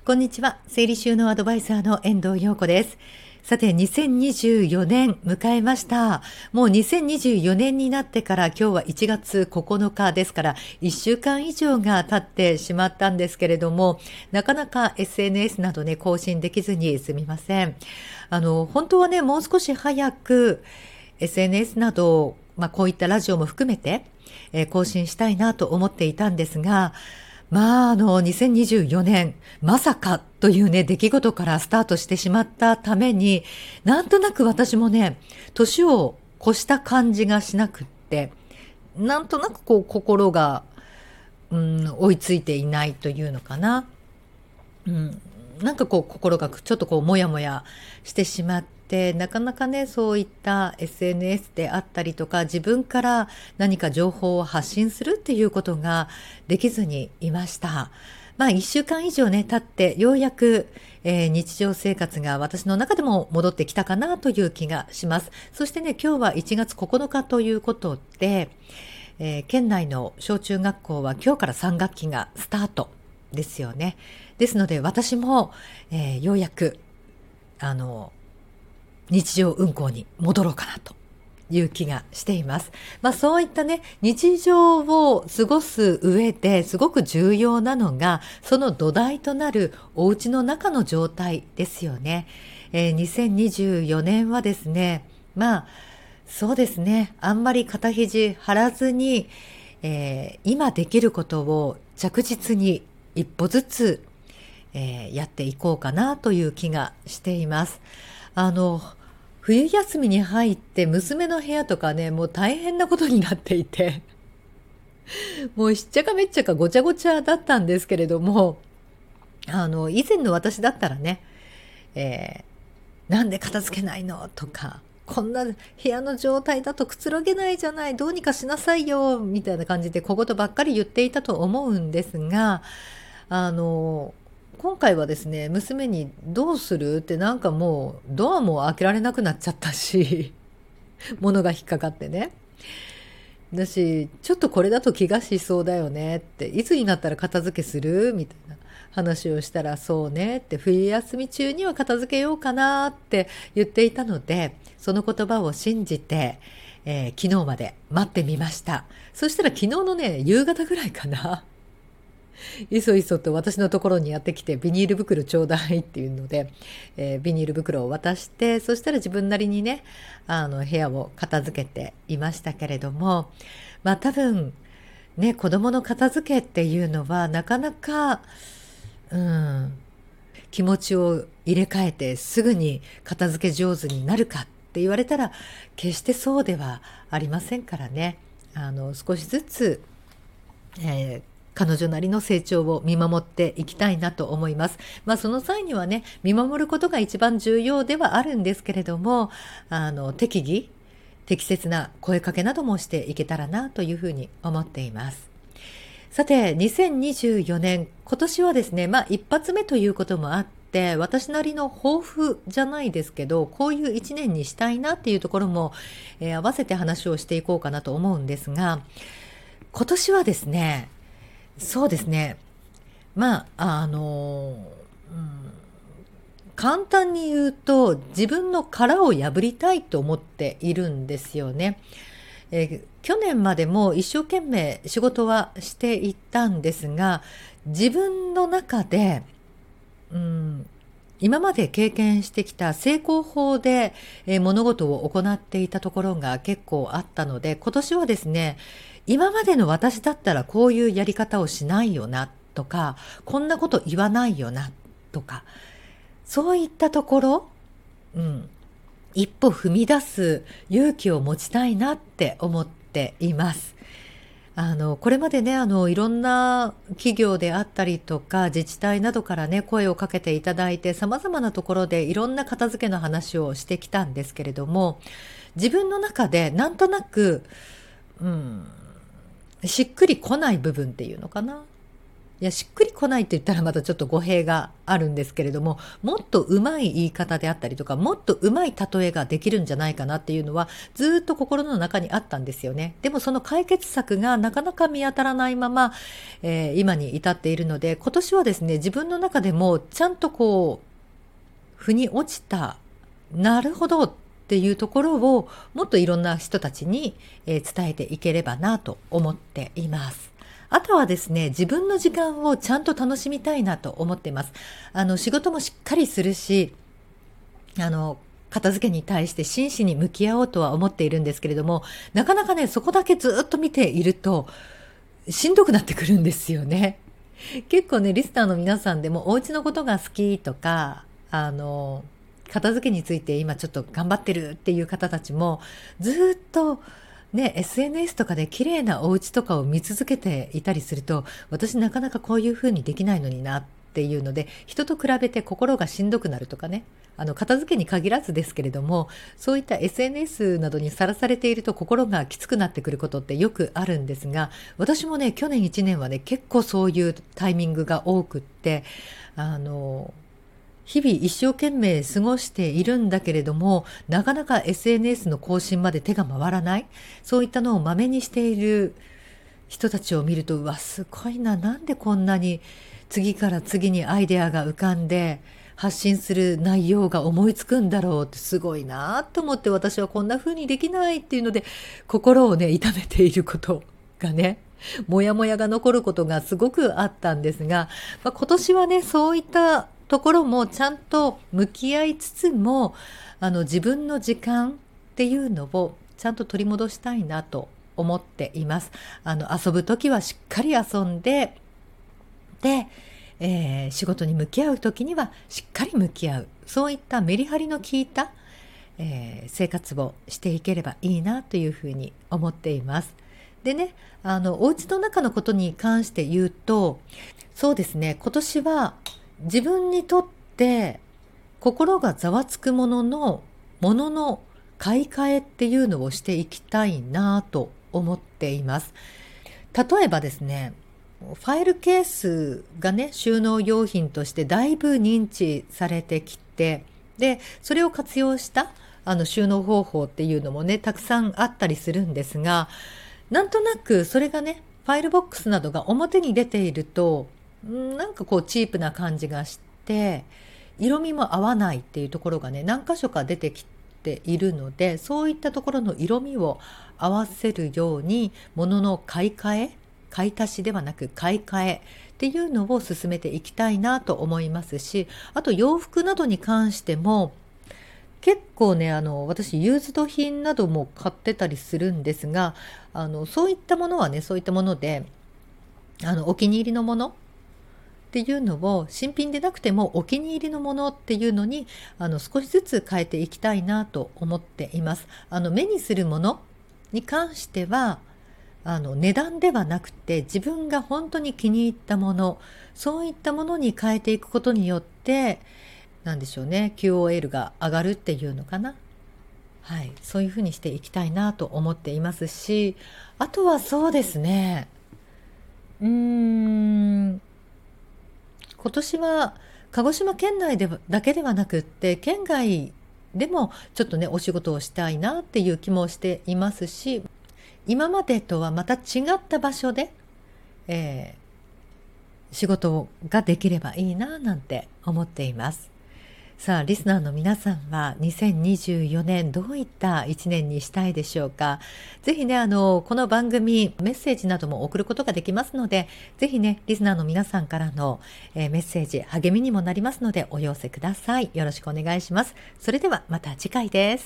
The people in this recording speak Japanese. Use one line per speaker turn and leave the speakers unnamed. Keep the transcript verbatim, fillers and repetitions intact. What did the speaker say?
こんにちは。整理収納アドバイザーの遠藤陽子です。さて、にせんにじゅうよねん迎えました。もうにせんにじゅうよねんになってから今日はいちがつここのかですから、いっしゅうかん以上が経ってしまったんですけれども、なかなか エスエヌエス などね、更新できずにすみません。あの、本当はね、もう少し早く エスエヌエス など、まあ、こういったラジオも含めて、えー更新したいなと思っていたんですが、まあ、あの、にせんにじゅうよねん、まさかというね、出来事からスタートしてしまったために、なんとなく私もね、年を越した感じがしなくって、なんとなくこう、心が、うん、追いついていないというのかな。うん、なんかこう心がちょっとこうモヤモヤしてしまって、なかなかねそういった エスエヌエス であったりとか自分から何か情報を発信するっていうことができずにいました。まあいっしゅうかん以上ね経ってようやく、えー日常生活が私の中でも戻ってきたかなという気がします。そしてね今日はいちがつここのかということで、えー県内の小中学校は今日からさんがっきがスタートですよね。ですので私も、えーようやくあの日常運行に戻ろうかなという気がしています。まあそういったね日常を過ごす上ですごく重要なのがその土台となるお家の中の状態ですよね。えーにせんにじゅうよねんはですね、まあそうですね、あんまり肩肘張らずに、えー今できることを着実に一歩ずつえーやっていこうかなという気がしています。あの、冬休みに入って娘の部屋とかね、もう大変なことになっていて、もうしっちゃかめっちゃかごちゃごちゃだったんですけれども、あの、以前の私だったらね、えーなんで片付けないのとか、こんな部屋の状態だとくつろげないじゃない、どうにかしなさいよ、みたいな感じで小言ばっかり言っていたと思うんですが、あの、今回はですね、娘にどうするってなんかもうドアも開けられなくなっちゃったし、物が引っかかってね。だし、ちょっとこれだと怪我しそうだよねって、いつになったら片付けするみたいな話をしたら、そうねって、冬休み中には片付けようかなって言っていたので、その言葉を信じて、えー昨日まで待ってみました。そしたら昨日のね、夕方ぐらいかな。いそいそと私のところにやってきてビニール袋ちょうだいっていうので、えービニール袋を渡して、そしたら自分なりにねあの部屋を片付けていましたけれども、まあ多分ね子供の片付けっていうのはなかなか、うん、気持ちを入れ替えてすぐに片付け上手になるかって言われたら決してそうではありませんからね。あの少しずつえー彼女なりの成長を見守っていきたいなと思います。まあその際にはね、見守ることが一番重要ではあるんですけれども、あの適宜、適切な声かけなどもしていけたらなというふうに思っています。さて、にせんにじゅうよねん、今年はですね、まあ一発目ということもあって、私なりの抱負じゃないですけど、こういう一年にしたいなっていうところも、えー合わせて話をしていこうかなと思うんですが、今年はですね、そうですね。まあ、あの、うん、簡単に言うと、自分の殻を破りたいと思っているんですよね。えー去年までも一生懸命仕事はしていったんですが、自分の中で、うん、今まで経験してきた成功法で、えー物事を行っていたところが結構あったので、今年はですね、今までの私だったらこういうやり方をしないよなとか、こんなこと言わないよなとか、そういったところ、うん、一歩踏み出す勇気を持ちたいなって思っています。あの、これまでね、あの、いろんな企業であったりとか、自治体などからね、声をかけていただいて、様々なところでいろんな片付けの話をしてきたんですけれども、自分の中でなんとなく、うん、しっくりこない部分っていうのかな。 いや、しっくりこないって言ったらまたちょっと語弊があるんですけれども、もっとうまい言い方であったりとか、もっとうまい例えができるんじゃないかなっていうのは、ずっと心の中にあったんですよね。でもその解決策がなかなか見当たらないまま、えー今に至っているので、今年はですね、自分の中でもちゃんとこう、腑に落ちた、なるほどっていうところを、もっといろんな人たちに、えー伝えていければなと思っています。あとはですね、自分の時間をちゃんと楽しみたいなと思っています。あの、仕事もしっかりするし、あの、片付けに対して真摯に向き合おうとは思っているんですけれども、なかなかね、そこだけずっと見ていると、しんどくなってくるんですよね。結構ね、リスナーの皆さんでもお家のことが好きとか、あの、片付けについて今ちょっと頑張ってるっていう方たちも、ずっとね、エスエヌエス とかで綺麗なお家とかを見続けていたりすると、私なかなかこういう風にできないのになっていうので、人と比べて心がしんどくなるとかね、あの、片付けに限らずですけれども、そういった エスエヌエス などにさらされていると心がきつくなってくることってよくあるんですが、私もね、去年いちねんはね、結構そういうタイミングが多くって、あの、日々一生懸命過ごしているんだけれども、なかなか エスエヌエス の更新まで手が回らない、そういったのをまめにしている人たちを見ると、うわ、すごいな、なんでこんなに次から次にアイデアが浮かんで、発信する内容が思いつくんだろうってすごいなと思って、私はこんな風にできないっていうので、心をね、痛めていることがね、もやもやが残ることがすごくあったんですが、まあ、今年はね、そういったところもちゃんと向き合いつつも、あの自分の時間っていうのをちゃんと取り戻したいなと思っています。あの遊ぶときはしっかり遊んで、で、えー仕事に向き合うときにはしっかり向き合う。そういったメリハリの効いた、えー生活をしていければいいなというふうに思っています。でね、あのお家の中のことに関して言うと、そうですね、今年は自分にとって心がざわつくもののものの買い替えっていうのをしていきたいなと思っています。例えばですね、ファイルケースがね、収納用品としてだいぶ認知されてきて、で、それを活用したあの収納方法っていうのもね、たくさんあったりするんですが、なんとなくそれがね、ファイルボックスなどが表に出ていると、んなんかこうチープな感じがして、色味も合わないっていうところがね、何箇所か出てきているので、そういったところの色味を合わせるように、物の買い替え、買い足しではなく買い替えっていうのを進めていきたいなと思いますし、あと洋服などに関しても、結構ね、あの、私、ユーズド品なども買ってたりするんですが、あの、そういったものはね、そういったもので、あの、お気に入りのものっていうのを、新品でなくてもお気に入りのものっていうのに、あの、少しずつ変えていきたいなと思っています。あの、目にするものに関しては、あの、値段ではなくて、自分が本当に気に入ったもの、そういったものに変えていくことによって、なんでしょうね、キューオーエル が上がるっていうのかな。はい、そういうふうにしていきたいなと思っていますし、あとはそうですね、うーん、今年は鹿児島県内ではだけではなくって、県外でもちょっとね、お仕事をしたいなっていう気もしていますし、今までとはまた違った場所で、えー仕事ができればいいななんて思っています。さあ、リスナーの皆さんはにせんにじゅうよねんどういったいちねんにしたいでしょうか。ぜひね、あの、この番組、メッセージなども送ることができますので、ぜひね、リスナーの皆さんからの、えーメッセージ、励みにもなりますので、お寄せください。よろしくお願いします。それではまた次回です。